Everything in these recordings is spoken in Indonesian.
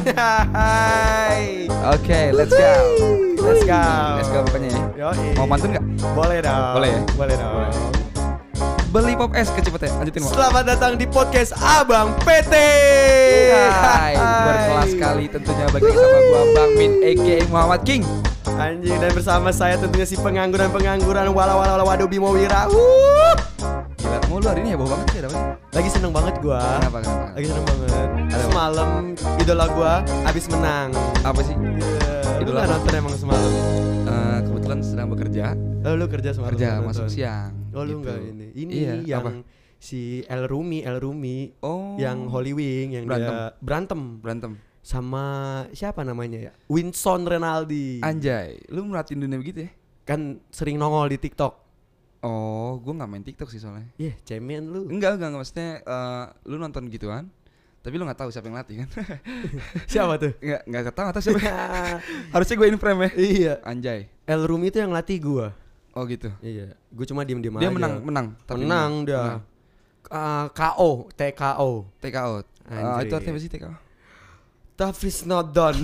Hai. Oke, let's go. Let's go. Let's go pokoknya ya. Yoi. Mau pantun nggak? Boleh dong. Boleh ya? Boleh dong. Beli pop es kecepet ya. Lanjutin mau. Selamat datang di podcast Abang PT. Hai, berkelas sekali tentunya bagi sama gua Bang Min aka Muhammad King. Anjing, dan bersama saya tentunya si pengangguran wala waduh Bimo Wira. Gila, mau lu hari ini heboh banget sih ada apa sih? Lagi seneng banget gua. Kenapa? Lagi seneng banget. Ada apa? Semalam idola gua abis menang. Apa sih? Lu Idola nggak apa? nonton emang semalam? Kebetulan sedang bekerja. Oh, lu kerja semalam? Kerja nggak masuk nonton? siang. Oh, lu gitu. enggak ini. Ini Iya, yang apa? si El Rumi Oh, yang Holy Wing yang berantem sama siapa namanya ya? Winson Renaldi. Anjay, lu merhatiin dunia begitu ya? Kan sering nongol di TikTok. Oh, gua nggak main TikTok sih soalnya. Cemen lu. Enggak, maksudnya lu nonton gituan, tapi lu nggak tahu siapa yang latih kan? Siapa tuh? Nggak tahu siapa. Harusnya gue in frame ya. Iya. Anjay. El Rumi itu yang latih gua. Oh gitu. Iya. Gue cuma diem Dia aja. menang. Tapi Menang dia. KO, TKO. TKO. Anjir. Itu artinya apa sih TKO? Tough is not done.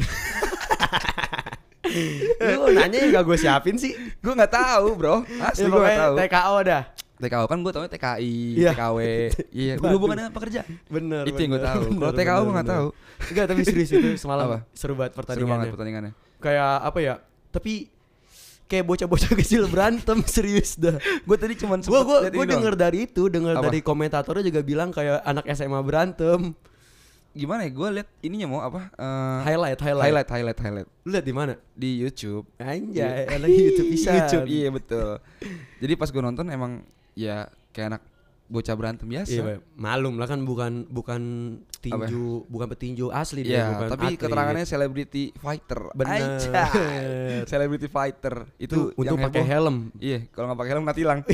Lu nanya yang gak gue siapin sih. Gue nggak tahu bro. Asli gue nggak tahu. TKO dah. TKO kan gue tahu TKI, Iya. TKW. Iya. Waduh. Berhubungan dengan pekerjaan. Bener. Itu yang gue tahu. Kalau TKO gue nggak tahu. Enggak, tapi serius itu semalam Apa? seru banget Seru banget pertandingannya. pertandingannya. Kayak apa ya? Tapi kayak bocah-bocah kecil berantem serius dah. Gue tadi cuman Gue denger dari itu, dari komentatornya juga bilang kayak anak SMA berantem. Gimana ya? Gue liat ininya mau apa? Highlight. Lu lihat di mana? Di YouTube. Anjay, anak YouTube bisa. YouTube, iya betul. Jadi pas gue nonton emang ya kayak anak bocah berantem biasa. Iya, malum lah kan bukan tinju, bukan petinju asli dia, Iya, bukan tapi atlet. keterangannya celebrity fighter. Bener. Anjay. Celebrity fighter itu untuk yang pakai heboh. helm. Iya, kalau nggak pakai helm mati hilang.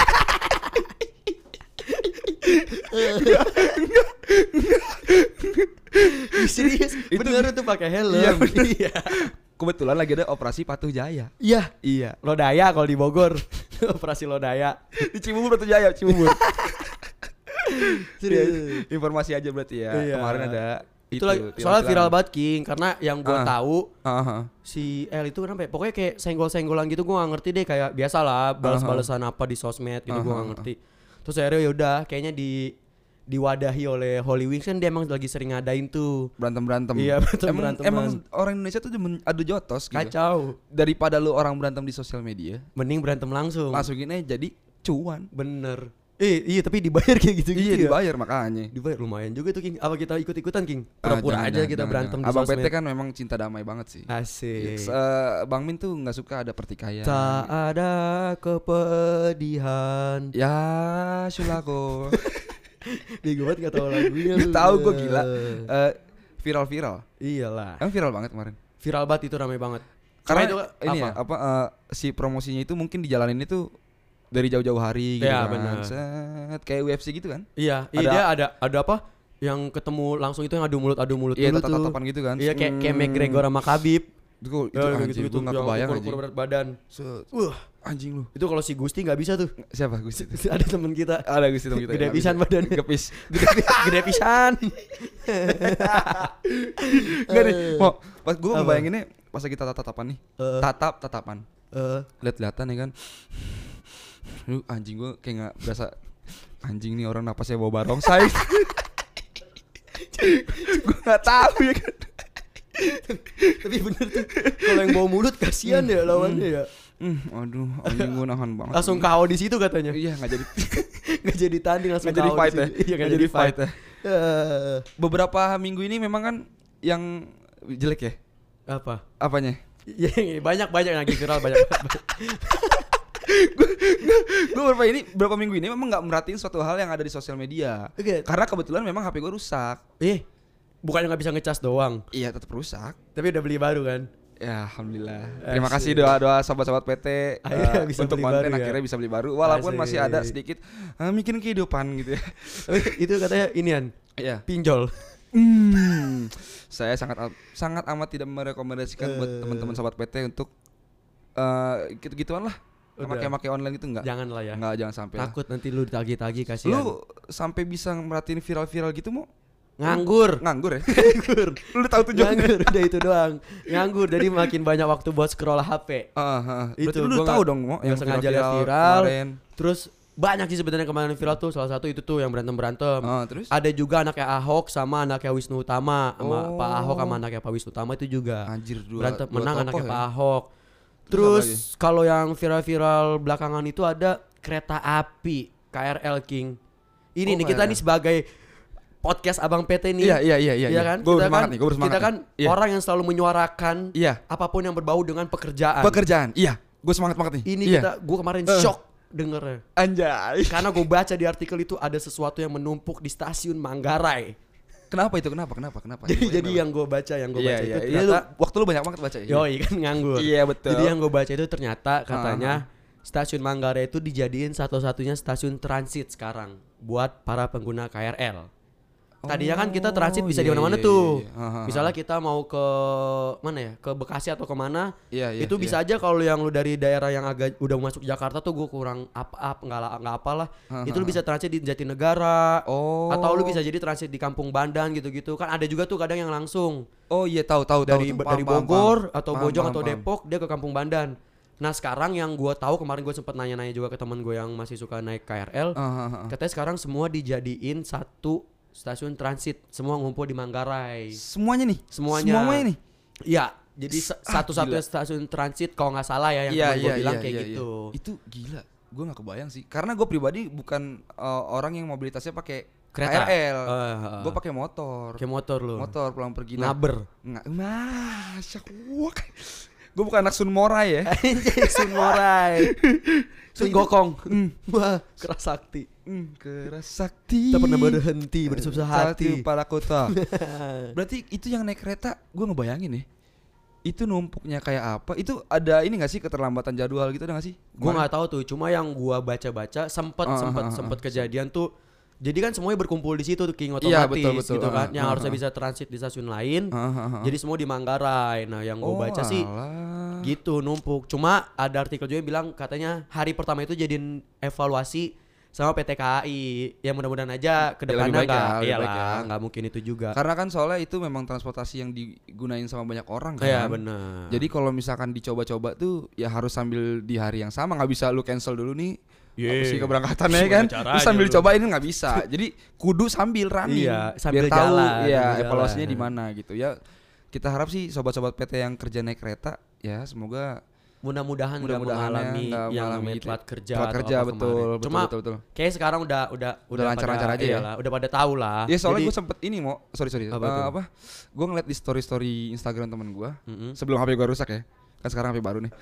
Serius, Itu- bener tuh pakai helm. Iya, bener. Iya. Kebetulan lagi ada operasi Patuh Jaya. Iya. Lodaya kalau di Bogor. Operasi Lodaya. Di Cibubur Patuh Jaya, Cibubur. Serius. Informasi aja berarti ya. Iya. Kemarin ada Itu lagi, soalnya viral banget King, karena yang gue Ah. tahu Heeh. si El itu kenapa ya? Pokoknya kayak senggol-senggolan gitu, gue gak ngerti deh, kayak biasa lah balas-balasan apa di sosmed gitu, gue gak ngerti. Terus akhirnya yaudah kayaknya diwadahi oleh Holy Wings, kan dia emang lagi sering ngadain tuh Berantem. Iya, berantem-beranteman. Emang orang Indonesia tuh demen adu jotos gitu. kacau. Daripada lu orang berantem di sosial media, Mending berantem langsung. masukin aja jadi cuan. Bener. Iya, tapi dibayar kayak gitu Iya, ya. dibayar makanya. Dibayar lumayan juga tuh King. Apa kita ikut-ikutan King? Pura-pura aja kita berantem di Abang sosmed. PT kan memang cinta damai banget sih. Asik. Bang Min tuh nggak suka ada pertikaian. Tak ada kepedihan. Ya, Sulako. Bego banget gak tau lagunya. Gak lu. tahu gue gila. Viral. Iyalah. Emang viral banget kemarin. Viral banget itu, rame banget. Karena Cuma itu ini si promosinya itu mungkin dijalanin itu dari jauh-jauh hari gitu Iya, kan. benar. Set, kayak UFC gitu kan. Iya, dia ada apa? Yang ketemu langsung itu yang adu mulut Iya, dulu tuh. tatap-tatapan gitu kan. Iya, kayak McGregor sama Khabib. Itu Ya, anjing, gue gak kebayang anjing. berat badan. Set, Wah, anjing lu. itu kalau si Gusti nggak bisa tuh. Siapa Gusti? Ada temen kita. Ada Gusti teman kita. Gede nggak pisan bisa. badannya. Gepis. Gede pisan. Enggak nih, mau pas gue Apa? ngebayanginnya pas lagi tatapan nih. Tatapan. Lihat-lihatan ya kan. Lu anjing gue kayak enggak berasa anjing nih orang napasnya bau barongsai. Gue enggak tahu ya kan. Tapi bener tuh, kalau yang bawa mulut kasihan ya lawannya ya. Aduh, anjing gue nahan banget. Langsung KO di situ katanya. Iya, enggak jadi Nggak jadi tanding, langsung enggak jadi KO di fight ya. situ. Iya, Nggak jadi fight ya. Eh, Beberapa minggu ini memang kan yang jelek ya. apa? Apanya? Ya, banyak yang lagi viral banyak. Gue berapa minggu ini memang nggak merhatiin suatu hal yang ada di sosial media. Oke. Karena kebetulan memang HP gue rusak. Bukannya nggak bisa ngecas doang, Iya, tetap rusak. tapi udah beli baru kan? Ya, alhamdulillah. Terima Asik. kasih doa-doa sobat-sobat PT Akhirnya bisa untuk beli konten baru ya? akhirnya bisa beli baru walaupun Asik. masih ada sedikit mikirin kehidupan gitu ya. Itu katanya inian, Iya. pinjol. Saya sangat amat tidak merekomendasikan buat teman-teman sobat PT untuk gitu-gituan lah. Udah. Pakai online itu enggak? Jangan lah ya. Enggak, jangan sampai. Takut nanti lu ditagih-tagih kasihan. Lu sampai bisa merhatiin viral-viral gitu mau? Nganggur ya? Nganggur. Lu tahu tujuannya? Nganggur, udah itu doang. Nganggur, jadi makin banyak waktu buat scroll HP. Itu lu tahu dong mau yang sengaja viral. Terus banyak sih sebenarnya kemarin viral tuh, salah satu itu tuh yang berantem. Terus? Ada juga anaknya Ahok sama anaknya Wisnu Utama, sama Pak Ahok sama anaknya Pak Wisnu Utama itu juga. Anjir, berantem menang anaknya Pak Ahok. Terus kalau yang viral belakangan itu ada kereta api KRL King. Ini nih kita nih sebagai podcast Abang PT nih. Iya kan? Kita kan orang yang selalu menyuarakan apapun yang berbau dengan pekerjaan. Iya. Gue semangat banget nih. Ini gue kemarin shock dengernya. Anjay. Karena gue baca di artikel itu ada sesuatu yang menumpuk di stasiun Manggarai. Kenapa itu? Kenapa? Jadi yang gue baca itu ternyata waktu lu banyak banget baca ya. Yoi kan nganggur. Iya betul. Jadi yang gue baca itu ternyata katanya stasiun Manggarai itu dijadiin satu-satunya stasiun transit sekarang buat para pengguna KRL. Tadinya kan kita transit bisa di mana-mana tuh. Misalnya kita mau ke mana ya? Ke Bekasi atau kemana? Itu bisa aja kalau yang lu dari daerah yang agak udah masuk Jakarta tuh gue kurang nggak apalah. Itu lu bisa transit di Jatinegara. Atau lu bisa jadi transit di Kampung Bandan gitu-gitu. Kan ada juga tuh kadang yang langsung. Oh iya tahu. Dari Bogor atau Bojong atau Depok dia ke Kampung Bandan. Nah sekarang yang gue tahu, kemarin gue sempet nanya-nanya juga ke temen gue yang masih suka naik KRL. Katanya sekarang semua dijadiin satu stasiun transit, semua ngumpul di Manggarai. Semuanya nih? Semuanya nih? Iya, jadi satu-satunya gila. Stasiun transit kalau nggak salah ya yang gue bilang kayak gitu. Itu gila, gue nggak kebayang sih. Karena gue pribadi bukan orang yang mobilitasnya pakai kereta. KRL. Gue pakai motor. Kayak motor lu? Motor pulang pergi. Naber? Gue bukan anak Sun Morai ya. Sun Morai. Sun Gokong. Wah, keras sakti. Tak pernah berhenti bersusah hati para kota. Berarti itu yang naik kereta, gue ngebayangin nih. Itu numpuknya kayak apa? Itu ada ini nggak sih keterlambatan jadwal gitu, ada nggak sih? Gue nggak tahu tuh. Cuma yang gue baca sempet kejadian tuh. Jadi kan semuanya berkumpul di situ tuh King, otomatis gitu kan. Yang harusnya bisa transit di stasiun lain. Jadi semua di Manggarai. Nah yang gue baca sih gitu numpuk. Cuma ada artikel juga yang bilang katanya hari pertama itu jadiin evaluasi sama PT KAI. Ya mudah-mudahan aja kedepannya nggak mungkin itu juga. Karena kan soalnya itu memang transportasi yang digunain sama banyak orang kan. Iya benar. Jadi kalau misalkan dicoba-coba tuh ya harus sambil di hari yang sama, nggak bisa lu cancel dulu nih. Opsi keberangkatannya kan, terus sambil cobain nggak bisa. Jadi kudu sambil running, sambil biar tahu jalan, evaluasinya di mana gitu ya. Kita harap sih sobat-sobat PT yang kerja naik kereta ya semoga mudah-mudahan nggak mengalami yang namanya telat kerja betul. Cuma kayak sekarang udah lancar-lancar aja ya. Udah pada tahu lah. Ya soalnya gue sempet ini gue ngeliat di story Instagram temen gue sebelum HP gue rusak ya. Kan sekarang HP baru nih.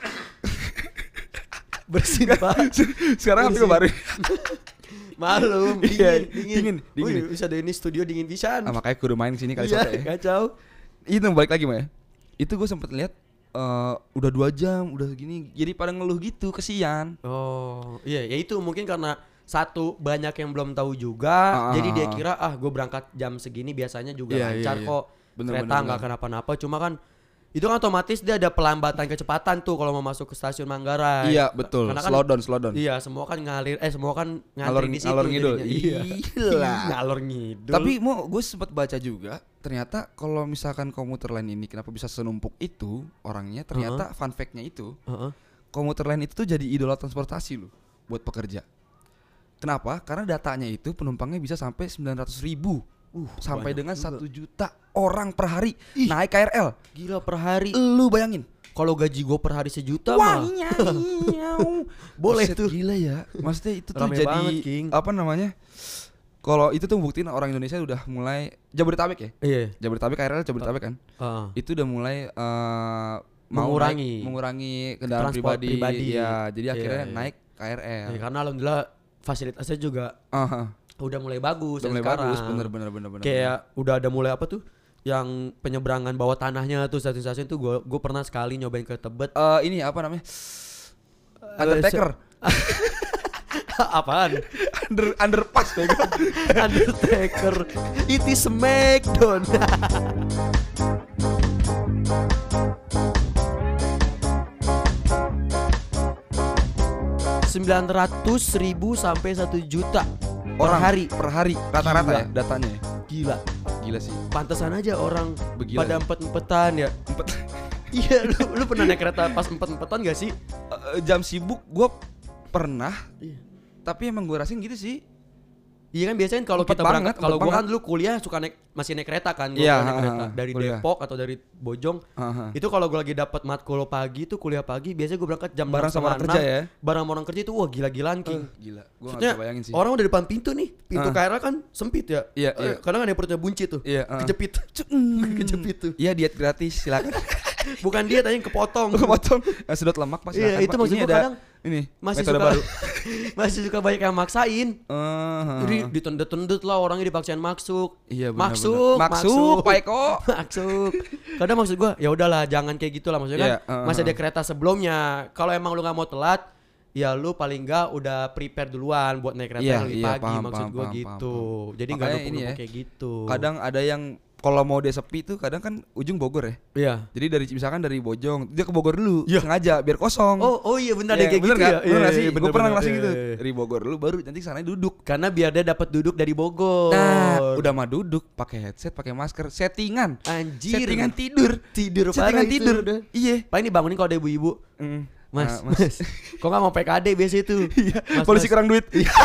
Bersin Pak. Sekarang HP gue baru. Malum, dingin. Bisa deh ini studio dingin pisan. Makanya kudu main sini kali sore ya. Kacau. Itu balik lagi ya. Itu gue sempet lihat udah 2 jam, udah gini. Jadi pada ngeluh gitu, kesian. Oh, iya, ya itu mungkin karena satu banyak yang belum tahu juga. Jadi dia kira gue berangkat jam segini biasanya juga lancar kok. Kereta nggak kenapa-napa. Cuma kan itu kan otomatis dia ada pelambatan kecepatan tuh kalau mau masuk ke stasiun Manggarai. Iya betul. Kan, slow down. Iya semua kan ngalir di situ. Ngalor ngidul. Iya. Ngalor ngidul. Tapi gue sempat baca juga ternyata kalau misalkan komuter lain ini kenapa bisa senumpuk itu orangnya, ternyata fun fact-nya itu komuter lain itu tuh jadi idola transportasi loh buat pekerja. Kenapa? Karena datanya itu penumpangnya bisa sampai 900.000. Sampai dengan 1 juta orang per hari naik KRL. Gila per hari. Lu bayangin. Kalau gaji gue per hari 1 juta mah. Boleh tuh. Gila ya. Maksudnya itu tuh rame jadi banget, King. Apa namanya? Kalau itu tuh buktiin orang Indonesia udah mulai Jabodetabek ya. Iya. Jabodetabek KRL Jabodetabek kan. Itu udah mulai mengurangi kendaraan pribadi. Ya, jadi akhirnya naik KRL. Ya, karena alhamdulillah fasilitasnya juga udah mulai bagus. Udah mulai sekarang. bagus, bener. Kayak udah ada mulai apa tuh? Yang penyeberangan bawah tanahnya tuh stasiun-stasiun tuh gue pernah sekali nyobain ke Tebet. Ini apa namanya? Undertaker. Apaan? Underpass bego. Undertaker. It is Smackdown. 900.000 sampai 1 juta orang per hari rata-rata ya datanya. gila. Gila sih. Pantesan aja orang Begila pada ya. empet-empetan ya. Iya, lu pernah naik kereta pas empet-empetan gak sih? Jam sibuk gue pernah, Iya. tapi emang gue rasain gitu sih. Iya kan biasanya kalau Empet kita berangkat, banget, kalau empet gua kan banget. dulu kuliah suka masih naik kereta kan, gua Iya, naik kereta dari kuliah. Depok atau dari Bojong. Itu kalau gua lagi dapat matkul pagi tuh kuliah pagi, biasanya gua berangkat jam Bareng sama 6, orang kerja ya? Bareng sama orang kerja itu wah gila-gilaan King. Gila, gue gak Maksudnya bisa bayangin sih. orang udah depan pintu nih, pintu KRL kan sempit ya. Iya, iya. Kadang ada yang perutnya buncit tuh. Iya, Kejepit. Kejepit tuh. Iya, diet gratis, silakan. Bukan dia tadi yang kepotong. Potong, sedot lemak pas. Iya, itu maksud ini gua ada kadang ini masih metode suka baru. masih suka banyak yang maksain. Jadi Heeh. ditendut-tendut lah orangnya dipaksain maksuk. Iya, benar, Maksuk, benar. Maksuk, Pak Eko. Maksuk. Kadang maksud gua ya udahlah jangan kayak gitulah maksudnya Iya, kan masih ada kereta sebelumnya. Kalau emang lu nggak mau telat ya lu paling nggak udah prepare duluan buat naik kereta Iya, yang lebih iya, pagi paham, maksud paham, gua paham, gitu. paham. Jadi nggak Makanya ini numpuk-numpuk ya, kayak gitu. Kadang ada yang kalau mau dia sepi tuh kadang kan ujung Bogor ya. Iya. Jadi dari misalkan dari Bojong dia ke Bogor dulu Iya. sengaja biar kosong. Oh iya benar deh Iya, kayak bener gitu nggak? ya. Bener nggak sih? Iya, Gue pernah bener, ngerasain iya, gitu. iya. Dari Bogor dulu baru nanti sana duduk. Karena biar dia dapat duduk dari Bogor. Nah, udah mah duduk pakai headset, pakai masker, settingan. Anjir. Settingan tidur. Tidur Settingan parah itu tidur. udah. Iya. Paling dibangunin kalau ada ibu-ibu. Mas, Nah, Mas. mas, kok nggak mau PKD biasa itu? Iya, Mas, polisi mas. kurang duit.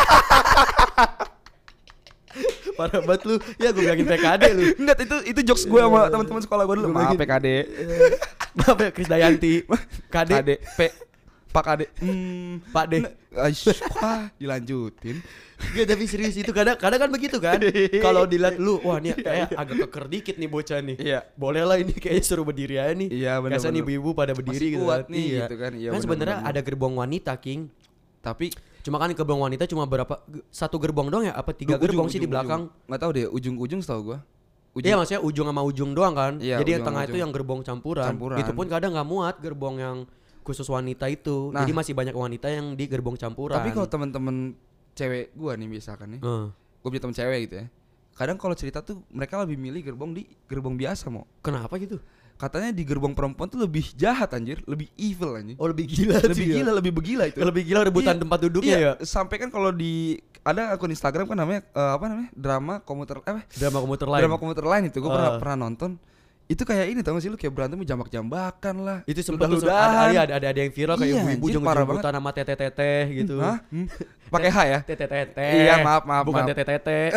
Parah banget lu. Ya gue bilangin PKD lu. Enggak, itu jokes gue sama teman-teman sekolah gue dulu. Gua Maaf bikin- PKD. Maaf ya Krisdayanti. KD, KD, Pak KD. Pak D. Wah, dilanjutin. Gak tapi serius itu kadang kan begitu kan. Kalau dilihat lu, wah ini kayak agak keker dikit nih bocah nih. Iya. Boleh lah ini kayaknya suruh berdiri aja nih. Iya, bener, Biasa bener. ibu-ibu pada berdiri Masih gitu. kuat kan. nih, Iya. gitu kan. Iya, Kan bener, sebenarnya bener. ada gerbong wanita King. Tapi Cuma kan gerbong wanita cuma berapa? Satu gerbong doang ya? Apa 3 gerbong sih di belakang? Enggak tahu deh, ujung-ujung setahu gue. Iya maksudnya ujung sama ujung doang kan. Iya, Jadi yang ujung tengah sama itu ujung. yang gerbong campuran. Campuran. Itu pun kadang nggak muat gerbong yang khusus wanita itu. Nah. Jadi masih banyak wanita yang di gerbong campuran. Tapi kalau temen-temen cewek gue nih misalkan nih, Eh, gue punya temen cewek gitu ya. Kadang kalau cerita tuh mereka lebih milih gerbong di gerbong biasa mau. kenapa gitu? Katanya di gerbong perempuan tuh lebih jahat anjir, lebih evil anjir. Oh lebih gila Lebih sih ya. gila, lebih begila itu. Lebih gila rebutan Iya, tempat duduknya ya. Sampai kan kalau di ada akun Instagram kan namanya apa namanya? Drama komuter Drama komuter lain. Drama komuter lain itu gue Ah. pernah nonton. Itu kayak ini tau gak sih lu kayak berantem jambak-jambakan lah. Itu sempet tuh Ludah-ludahan. ada yang viral kayak Iya, ibu-ibu anjir, parah jemput-jemputan sama tete-tete gitu. Hah? Pakai H ya? Tete-tete. Iya, maaf. Bukan tete-tete.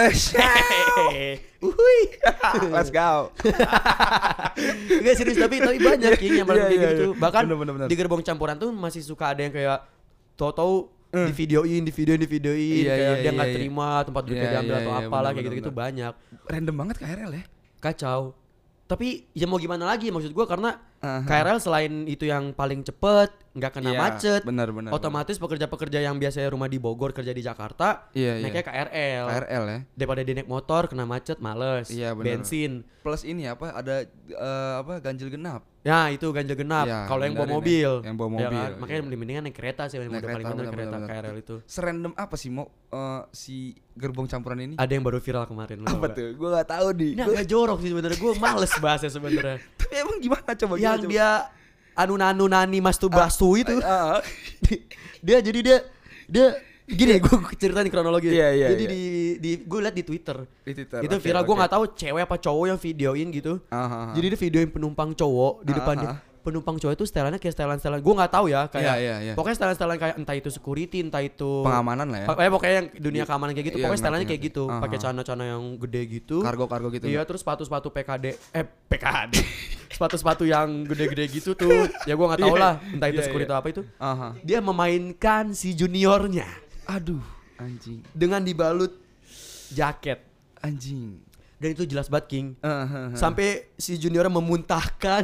Let's go. Enggak serius tapi banyak King yang Iya, kayak iya, gitu. iya. Bahkan Bener. di gerbong campuran tuh masih suka ada yang kayak tahu-tahu di videoin Iya, kayak iya, dia nggak iya. terima tempat duduknya Iya, diambil iya, atau iya, apalah bener, kayak gitu-gitu bener. banyak. Random banget KRL ya. Kacau. Tapi ya mau gimana lagi maksud gua karena Aha. KRL selain itu yang paling cepet, nggak kena Iya, macet. benar. Otomatis pekerja-pekerja yang biasanya rumah di Bogor kerja di Jakarta, Iya, naiknya KRL. KRL ya. Daripada dia naik motor kena macet males. Iya, benar. Bensin. Plus ini apa? Ada ganjil genap. Ya itu ganjil genap. Iya, Kalau yang bawa hindarin mobil, ya. Yang bawa Ya mobil, kan? Makanya iya. mendingan naik kereta sih yang Naik paling kereta, bener bener, kereta bener. KRL itu. Serandom apa sih mau si gerbong campuran ini? Ada yang baru viral kemarin. lu tau Apa gak? tuh? Gue gak tahu nih. Ini agak jorok sih sebenarnya. Gue males bahasnya sebenarnya. Tapi emang gimana coba? Yang coba. dia anu nani masturbasi itu. Ah, dia gini gue ceritain kronologi. Iya, iya, Jadi iya. di gue liat di Twitter. di Twitter. Itu Oke, viral. Gue oke. nggak tahu cewek apa cowok yang videoin gitu. Aha. Jadi dia videoin penumpang cowok di depannya. Penumpang cowok itu setelannya kayak setelan gue nggak tahu ya kayak Iya. pokoknya setelan kayak entah itu security entah itu Pengamanan lah ya. pokoknya yang dunia keamanan kayak gitu. Iya, Pokoknya setelannya ngerti, kayak gitu, ngerti. pakai Aha. celana-celana yang gede gitu. Kargo gitu. Iya, terus sepatu-sepatu PKD. Sepatu-sepatu yang gede-gede gitu tuh. Ya gua nggak tahu lah, entah itu Iya, security iya. atau apa itu. Aha. Dia memainkan si juniornya Aduh, anjing. dengan dibalut jaket. Anjing. Dan itu jelas banget King. Aha. Sampai si juniornya memuntahkan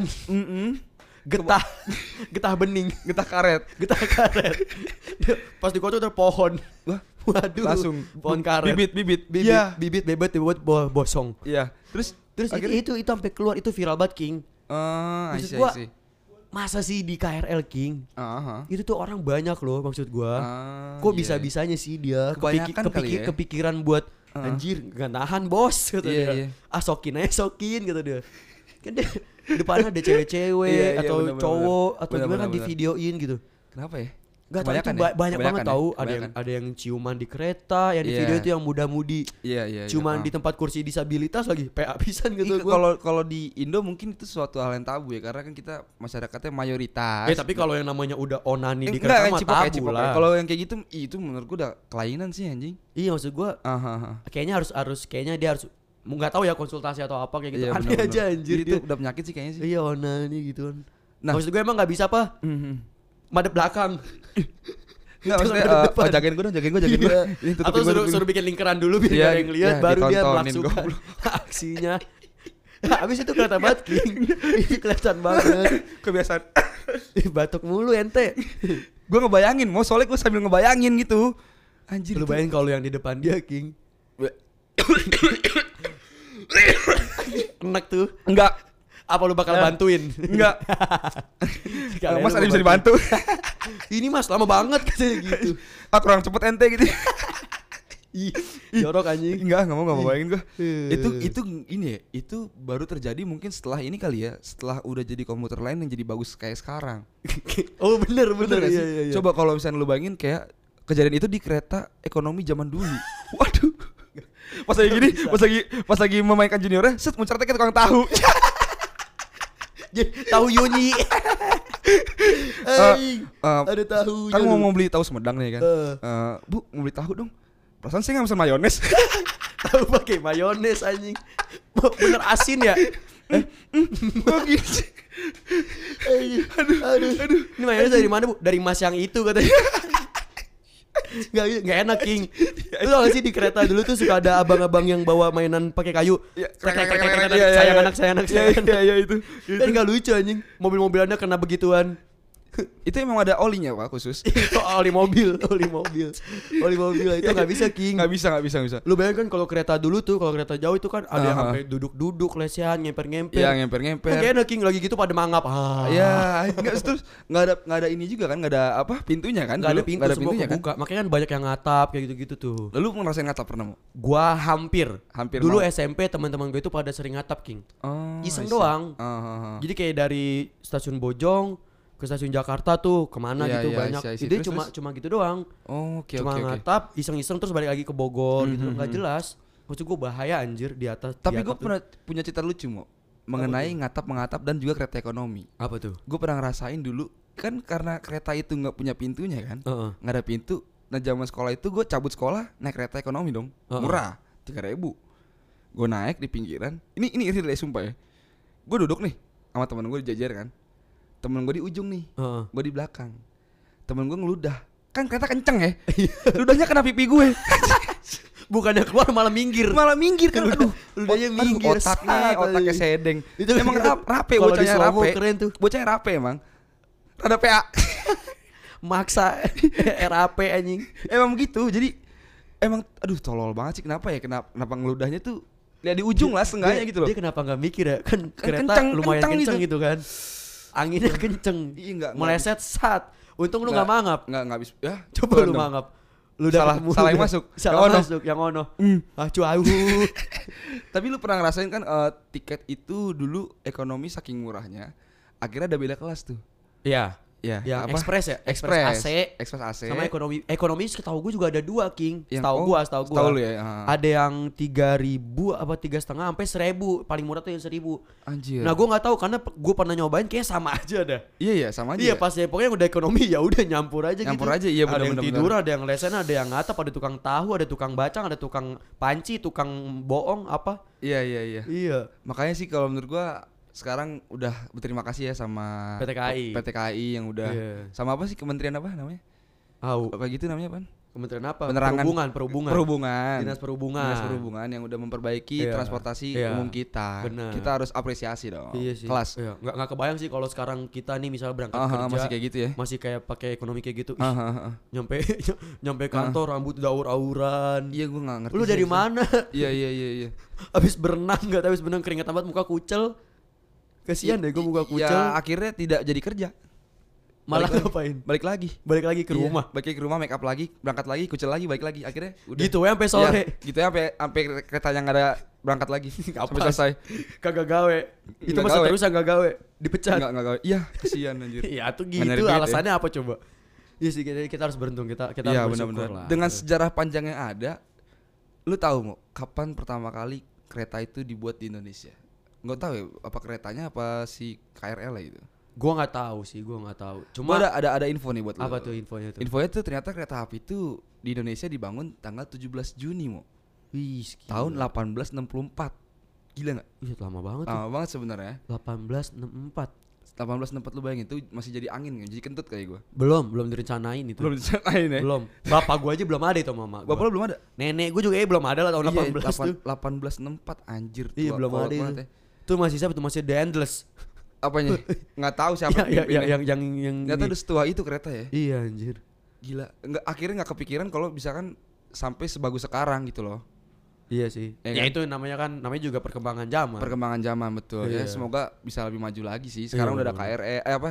getah bening, Getah karet. getah karet. Pas di kota tuh pohon. Wah, Waduh. langsung pohon karet. Bibit. Bibit, Iya. bibit bosong. Iya. Terus Terus itu sampai keluar itu viral banget King. Maksud I gua, see. Masa sih di KRL King? Aha. Itu tuh orang banyak loh maksud gua. Ah, Kok iya. bisa-bisanya sih dia Kebanyakan kali ya. kepikiran buat anjir gak nahan bos kata Iya, dia. iya. Sokin kata dia. Kan dia depannya ada cewek-cewek Iya, iya, atau bener-bener. cowok atau gimana kan Bener-bener. di videoin gitu. Kenapa ya? Gak tahu itu Kebanyakan banyak banget ya? tahu. Kebanyakan. Ada yang ciuman di kereta, yang di Iya. video itu yang muda-mudi. Iya. Ciuman di tempat kursi disabilitas lagi. PA pisan gitu gua. Kalau di Indo mungkin itu suatu hal yang tabu ya, karena kan kita masyarakatnya mayoritas. Tapi kalau yang namanya udah onani di enggak, kereta mah cipokai, tabu cipokai. lah. Kalau yang kayak gitu itu menurut gua udah kelainan sih anjing. Iya maksud gua kayaknya harus kayaknya dia harus nggak tahu ya konsultasi atau apa kayak gitu. Iya, Aneh bener-bener. aja anjir Itu dia. udah penyakit sih kayaknya sih. Iya onani gitu kan. Nah. Maksud gue emang nggak bisa apa? Madep belakang. Enggak, maksudnya Jangan depan. jagain gua. Iya. Ini tutupin Atau gua. suruh bikin lingkaran dulu biar Iya, nggak ada yang lihat iya, baru dia ditontonin, melakukan goblok. aksinya. Habis itu kelihatan banget King. Ini kelihatan banget. Kebiasaan. Ih, batuk mulu ente. Gua ngebayangin, mau soalnya gua sambil ngebayangin gitu. Anjir. Lu bayangin kalau yang di depan dia King. Enak tuh. Enggak. Apa lu bakal bantuin? Enggak. Sekalian Mas lu ada bisa mau dibantu. Ini mas lama banget katanya gitu. Kurang cepet ente gitu. Ih, jorok anjing. Enggak mau bayangin gua. Eh. Itu ini ya, itu baru terjadi mungkin setelah ini kali ya, setelah udah jadi komuter lain yang jadi bagus kayak sekarang. Oh bener Gak sih? iya. Coba kalau misalnya lu bayangin kayak kejadian itu di kereta ekonomi zaman dulu. Waduh. Pas lagi gini, pas lagi memainkan juniornya, set muncratnya ke tukang tahu. Tahu Yuni. Ada tahu. Kan mau beli tahu Sumedang nih kan. Bu, mau beli tahu dong. Perasaan saya nggak pesan mayones. Tahu pakai mayones anjing. Bener asin ya? Kok gini sih? Aduh. Ini mayones dari mana, Bu? Dari Mas yang itu katanya. Nggak enak King. Lu tau gak sih di kereta dulu tuh suka ada abang-abang yang bawa mainan pakai kayu. Sayang anak. Iya itu. Dan nggak lucu anjing. Mobil-mobilannya kena begituan. Itu emang ada olinya Pak khusus. Itu oli mobil itu nggak bisa King. Nggak bisa. Lu bayangkan kalau kereta dulu tuh, kalau kereta jauh itu kan ada yang sampai duduk-duduk, lesehan, ngemper-ngemper. Iya ngemper-ngemper. Kan enak King lagi gitu pada mangap. Ya, enggak terus nggak ada ini juga kan, nggak ada apa pintunya kan? Nggak ada Dulu pintu, nggak ada semua pintunya kebuka. Makanya kan banyak yang ngatap kayak gitu-gitu tuh. Lalu ngerasain ngatap pernah mau? Gua hampir dulu mau. SMP teman-teman gue itu pada sering ngatap King. Oh, Iseng I see. doang. Jadi Jadi kayak dari stasiun Bojong ke stasiun Jakarta tuh kemana Iya, gitu iya, banyak. I see. Itu Terus? cuma gitu doang. oke. Cuma ngatap, iseng-iseng terus balik lagi ke Bogor gitu. Nggak jelas. Maksud gue bahaya anjir di atas. Tapi di gue atap tuh. pernah punya cerita lucu mau mengenai ngatap-mengatap dan juga kereta ekonomi. Apa tuh? Gue pernah ngerasain dulu kan karena kereta itu nggak punya pintunya kan, Heeh. nggak ada pintu. Nah zaman sekolah itu gue cabut sekolah naik kereta ekonomi dong, murah 3.000. Gue naik di pinggiran. Ini iri deh sumpah ya. Gue duduk nih sama temen gue di jajar kan. Temen gue di ujung nih, gue di belakang. Temen gue ngeludah. Kan kereta kenceng ya. Ludahnya kena pipi gue. Bukannya keluar malah minggir. Malah minggir kan. Aduh, ludahnya minggir. otaknya sedeng. Itu Emang rape kalau bocahnya di slow-mo rape. keren tuh. Bocahnya rape emang. Rada PA. Maksa RAP anjing. Emang gitu. Jadi emang aduh tolol banget sih, kenapa ya? Kenapa ngeludahnya tuh ya di ujung lah setengahnya gitu loh. Dia kenapa nggak mikir ya? Kan kereta kenceng, lumayan kenceng kenceng gitu kan. Anginnya kenceng. Iya enggak. Meleset sat. Untung lu nggak mangap. Enggak bisa. Ya, Coba lu mangap. Lu udah salah yang masuk. Salah masuk yang ono. Cuau. Tapi lu pernah ngerasain kan tiket itu dulu ekonomi saking murahnya. Akhirnya ada beda kelas tuh. Iya. Ya, Yang apa? Express ya? Express AC. Express AC. Sama ekonomi. Ekonomi setahu gue juga ada 2 King. Yang- Setahu gua. Setahu lu ya. Ada yang 3.000 apa 3,5 sampai 1.000. Paling murah tuh yang 1.000. Anjir. Nah, gue nggak tahu karena gue pernah nyobain kayak sama aja dah. Iya sama aja. Iya, ya? pas ya pokoknya udah ekonomi ya udah nyampur aja Nyampur gitu. aja, iya, Ada yang bener-bener. tidur, ada yang lesen, ada yang ngatap, ada tukang tahu, ada tukang bacang, ada tukang panci, tukang bohong apa. Iya. Iya. Makanya sih kalau menurut gua sekarang udah berterima kasih ya sama PT KAI. PT KAI yang udah sama apa sih kementerian apa namanya? Kayak gitu namanya apa? Kementerian apa? Penerangan. Perhubungan. Dinas Perhubungan yang udah memperbaiki transportasi umum kita. Bener. Kita harus apresiasi dong. Iya sih. Kelas. Iya. Nggak kebayang sih kalau sekarang kita nih misalnya berangkat kerja Masih kayak gitu ya. masih kayak pakai ekonomi kayak gitu. Nyampe kantor rambut udah aur-auran. Iya gua enggak ngerti. Lu dari mana? Iya. Habis berenang enggak, habis berenang keringat banget muka kucel. Kasihan deh gue muka kucel. Ya akhirnya tidak jadi kerja. Malah ngapain? Balik lagi Ke rumah. Balik lagi ke rumah, make up lagi, berangkat lagi, kucel lagi, balik lagi. Akhirnya udah. Gitu ya sampai sore. Ya, gitu ya sampai keretanya enggak ada berangkat lagi. Sampai selesai. Kagak gawe. Itu Nggak masa gawe. terus enggak gawe. Dipecat. Enggak gawe. Iya, kasihan anjir. Iya tuh Nggak nyari gitu duit ya. alasannya apa coba? Iya sih kita harus beruntung, kita Iya, harus bersyukur benar-benar. lah. Dengan sejarah panjang yang ada, lu tahu mau kapan pertama kali kereta itu dibuat di Indonesia? Nggak tahu ya, apa keretanya apa si KRL lah itu. Gua nggak tahu sih, Cuma Cuma ada info nih buat lu. apa tuh infonya tuh? Infonya tuh ternyata kereta api itu di Indonesia dibangun tanggal 17 Juni mau Wih, tahun 1864. Gila nggak? Iya lama banget Lama banget sebenarnya. 1864. 1864 lu bayangin tuh masih jadi angin kan, jadi kentut kayak gue. Belum direncanain itu. Belum diceritain ya. Belum. Bapak gua aja belum ada itu mama gua. Bapak lu belum ada? Nenek gua juga belum ada lah tahun 18 tuh. 1864 anjir tuh. Iya belum ada itu. Ya. Tuh masih siapa tuh, masih The Endless. Apanya? Nggak tahu siapa yang Nggak tahu udah setua itu kereta ya. Iya anjir. Gila. Akhirnya nggak kepikiran kalau misalkan sampai sebagus sekarang gitu loh. Iya sih. Ya Ya, kan? itu namanya juga perkembangan zaman. Perkembangan zaman betul ya. Iya. Semoga bisa lebih maju lagi sih. Sekarang udah ada bener.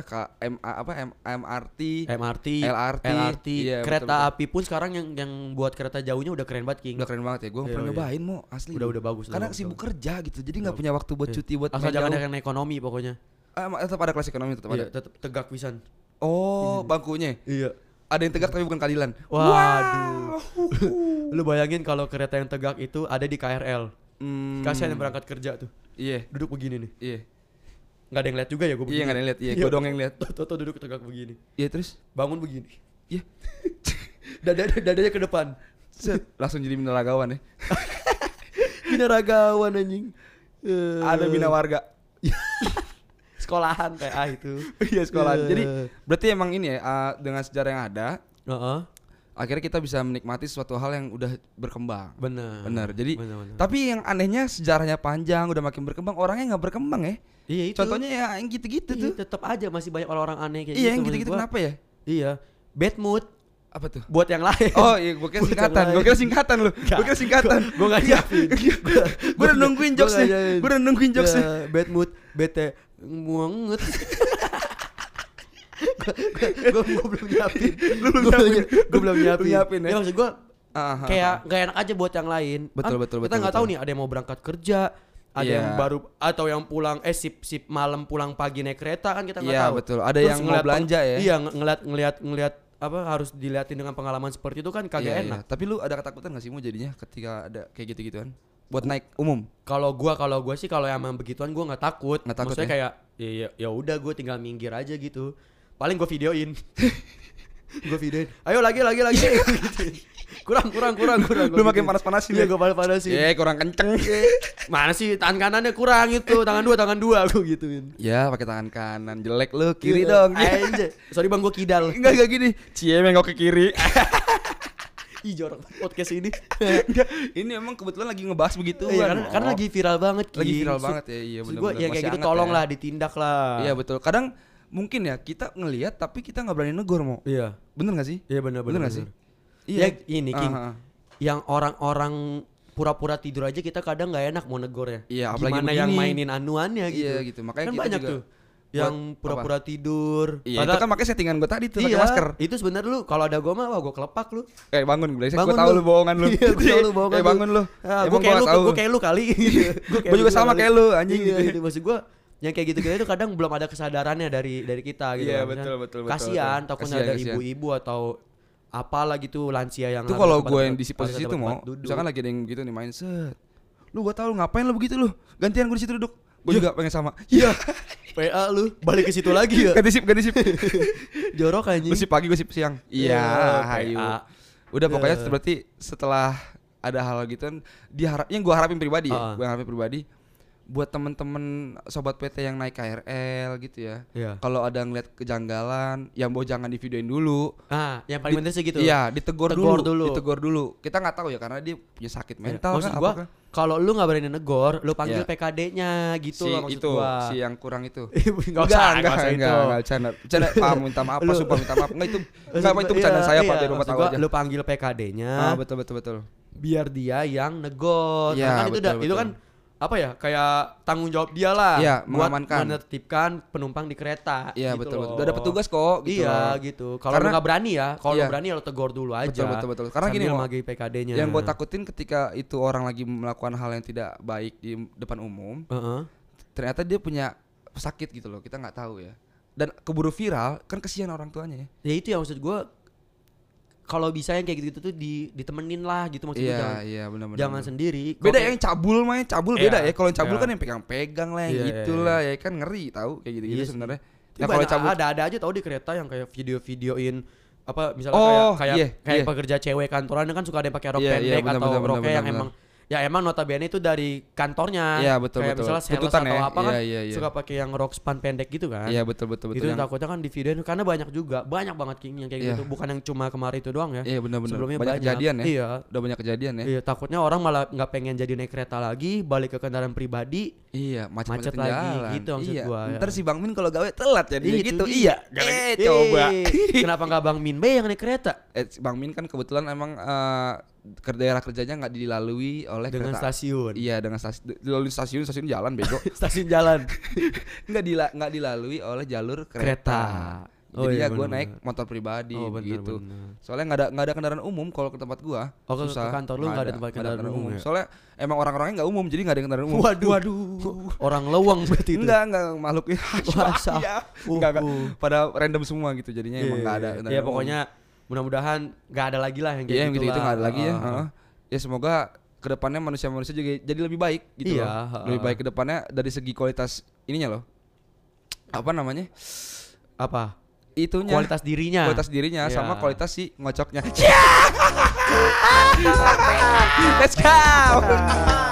MRT, MRT, LRT, iya, kereta betul. api pun sekarang yang buat kereta jauhnya udah keren banget King. Udah keren banget ya. Gue Iya, pernah iya. nyobain mau asli. Udah bagus. Karena udah sibuk bagus. kerja gitu. Jadi nggak punya waktu buat Iya. cuti buat Asal main jangan jauh. ada yang ekonomi pokoknya. Tetap ada kelas ekonomi tetap ada. Iya, tetap tegak pisan. Oh, bangkunya. Iya. Ada yang tegak tapi bukan keadilan. Waduh. Lu bayangin kalau kereta yang tegak itu ada di KRL. Kasihan yang berangkat kerja tuh. Iya, Duduk begini nih. iya. Nggak ada yang lihat juga ya gue begini. Iya, nggak ada yang lihat. Iya, gue doang yang lihat. Toto duduk tegak begini. Iya, terus? Bangun begini. Iya. Dadanya ke depan. Set, langsung jadi binaragawan ya. Binaragawan anjing. Ada bina warga. Sekolahan kayak itu. Iya, sekolah. Jadi berarti emang ini ya dengan sejarah yang ada, Heeh. akhirnya kita bisa menikmati suatu hal yang udah berkembang. Benar. Jadi Benar. tapi yang anehnya sejarahnya panjang, udah makin berkembang, orangnya nggak berkembang ya. Iya itu. Contohnya ya yang gitu-gitu Iya, tuh. tetap aja masih banyak orang-orang aneh kayak Iya, gitu. yang menurut gitu-gitu gua. kenapa ya? Iya. Bad mood Apa tuh? buat yang lain. Oh iya, gue kira Buat yang singkatan. lain. Gue kira singkatan lu. Gue kira singkatan. Gue gak nyiapin. Gue udah nungguin jokesnya. Gue udah nungguin jokesnya. Bad mood, bete banget. Gue belum nyiapin. Gue belum nyiapin. ya? Ya maksud gue kayak gak enak aja buat yang lain. Betul, Kan betul, Kita betul, nggak tahu betul. nih ada yang mau berangkat kerja, ada Iya. yang baru atau yang pulang sip malam pulang pagi naik kereta kan kita nggak Iya, tahu. betul. Ada Terus yang mau ngeliat belanja ya. Iya ngeliat apa harus diliatin dengan pengalaman seperti itu kan kagak Iya, enak. iya. Tapi lu ada ketakutan gak sih mau jadinya ketika ada kayak gitu-gituan? Buat naik umum? Kalau gua sih kalau emang begituan gua nggak takut. Nggak takut Maksudnya ya? kayak ya udah gua tinggal minggir aja gitu. Paling gua videoin. Gua videoin. Ayo lagi. Gituin. Kurang. Lu makin panas-panasin Iya ya? gua panas-panasin. Kurang kenceng. Mana sih tangan kanannya kurang itu, tangan dua gua gituin. Ya, pakai tangan kanan. Jelek lu, kiri Iya. dong. Anjay. Sorry Bang gua kidal. Enggak gini. Cie menggok ke kiri. Ih jorok podcast ini. Enggak, ini emang kebetulan lagi ngebahas begitu Iya, karena lagi viral banget. lagi Ki. viral banget ya. Iya Maksud benar. gua ya kayak gitu tolonglah ditindak lah. Iya betul. Kadang mungkin ya kita ngelihat tapi kita nggak berani negor mau. Iya. Bener nggak sih? Iya benar. Bener nggak sih? Ya ini King. Aha. Yang orang-orang pura-pura tidur aja kita kadang nggak enak mau negor ya. Iya, apalagi Gimana begini. yang mainin anuannya gitu. Iya gitu. Makanya Kan kita banyak juga tuh yang pura-pura tidur. Iya, itu kan makanya settingan gue tadi tuh pakai iya, masker. Itu sebenarnya lu kalau ada gua mah wah gua kelepak lu. Bangun gue Bangun tahu lu. lu bohongan lu. Iya, gua tahu lu bohongan lu. Bangun lu. Gua kayak lu kali. Gua juga sama kayak lu, anjing Iya, gitu. itu maksud gua yang kayak gitu itu kadang belum ada kesadarannya dari kita gitu. Iya, kan. betul. Kasihan takutnya Kasihan, ada kasihan. ibu-ibu atau apalah gitu lansia yang Itu harus kalau tempat- gue yang di tempat- posisi itu tempat mau, duduk. misalkan lagi ada yang gitu nih main set. Lu gua tahu lu ngapain lu begitu lu? Gantian gue di situ duduk. Gue juga pengen sama. Iya. PA lu balik ke situ lagi ya. Ganti sip. Jorok anjing. Gue sip pagi, gue sip siang. Iya, hayu. PA. Udah pokoknya berarti setelah ada hal gitu kan yang gue harapin pribadi ya, Uh-uh. gue harapin pribadi buat temen-temen sobat PT yang naik KRL gitu ya. Iya. Kalau ada ngeliat kejanggalan, yang mau jangan divideoin dulu. Ah, yang paling penting sih gitu. Iya, ditegur Tegur dulu. dulu. Ditegur dulu. Kita nggak tahu ya karena dia punya sakit mental. Maksud kah, gua apakah? kalau lu nggak berani negor, lu panggil Iya. PKD-nya gitu loh maksud itu, gua. si yang kurang itu. Enggak usah itu. Enggak, bercanda. Minta maaf, Lu- sumpah minta maaf. Enggak itu bercanda saya Pak di rumah maksud tahu gua, aja. Lu panggil PKD-nya. Betul. Biar dia yang negor. Iya, Karena kan betul. itu kan apa ya kayak tanggung jawab dia lah Iya, buat mengamankan. menertibkan penumpang di kereta. Iya, gitu betul. loh. Udah ada petugas kok gitu. Iya loh. gitu. Kalau lu Karena- nggak berani ya, kalau Iya. lu berani ya lu tegur dulu aja. Betul. Karena gini, Sambil Mo, manggil PKD-nya. yang gue takutin ketika itu orang lagi melakukan hal yang tidak baik di depan umum, Heeh. ternyata dia punya sakit gitu loh. Kita nggak tahu ya. dan keburu viral, kan kesian orang tuanya ya. Ya itu ya maksud gue, kalau bisa yang kayak gitu tuh ditemenin lah gitu maksud gue, benar-benar. jangan sendiri. Beda ya yang cabul mah, beda ya. Kalau yang cabul Iya. kan yang pegang-pegang lah, yang gitulah ya kan, ngeri tahu kayak gitu-gitu Iya sebenarnya. Nah, Kalau cabul ada aja tau di kereta yang kayak video-videoin apa misalnya kayak pekerja cewek kantoran kan suka ada yang pakai rok pendek atau roknya yang emang ya emang notabene itu dari kantornya. Iya betul. Kayak misalnya sales Tuntutan atau apa kan suka pakai yang rok span pendek gitu kan. Iya betul. Itu yang takutnya kan di videoin karena banyak banget king yang kayak gitu. Bukan yang cuma kemarin itu doang ya. Iya benar-benar. Sebelumnya banyak kejadian ya. Iya. Udah banyak kejadian ya. Iya, takutnya orang malah nggak pengen jadi naik kereta lagi, balik ke kendaraan pribadi. Iya, macet lagi jalan. gitu maksud gua. Ntar si Bang Min kalau gawe telat ya dia gitu. Iya. Coba. Kenapa nggak Bang Min B yang naik kereta? Bang Min kan kebetulan emang ke daerah kerjanya nggak dilalui oleh dengan kereta. Stasiun. Iya, dengan dilalui stasiun jalan bego. Stasiun jalan. Nggak dilalui oleh jalur kereta. Jadi ya gue naik motor pribadi gitu. Soalnya nggak ada kendaraan umum kalau ke tempat gue. Susah. Ke kantor lu nggak ada tempat kendaraan umum. Ya? Soalnya emang orang-orangnya nggak umum, jadi nggak ada kendaraan umum. Waduh. Orang lewang berarti itu. Enggak makhluknya. Enggak. Pada random semua gitu. Jadinya emang nggak ada kendaraan umum. Ya pokoknya mudah-mudahan nggak ada lagi lah yang kayak gitu. Iya, gitu nggak ada lagi ya. Ya semoga kedepannya manusia-manusia juga jadi lebih baik gitu loh. Lebih baik kedepannya dari segi kualitas ininya loh. Apa namanya? Apa? Itunya kualitas dirinya sama kualitas si ngocoknya. Let's go.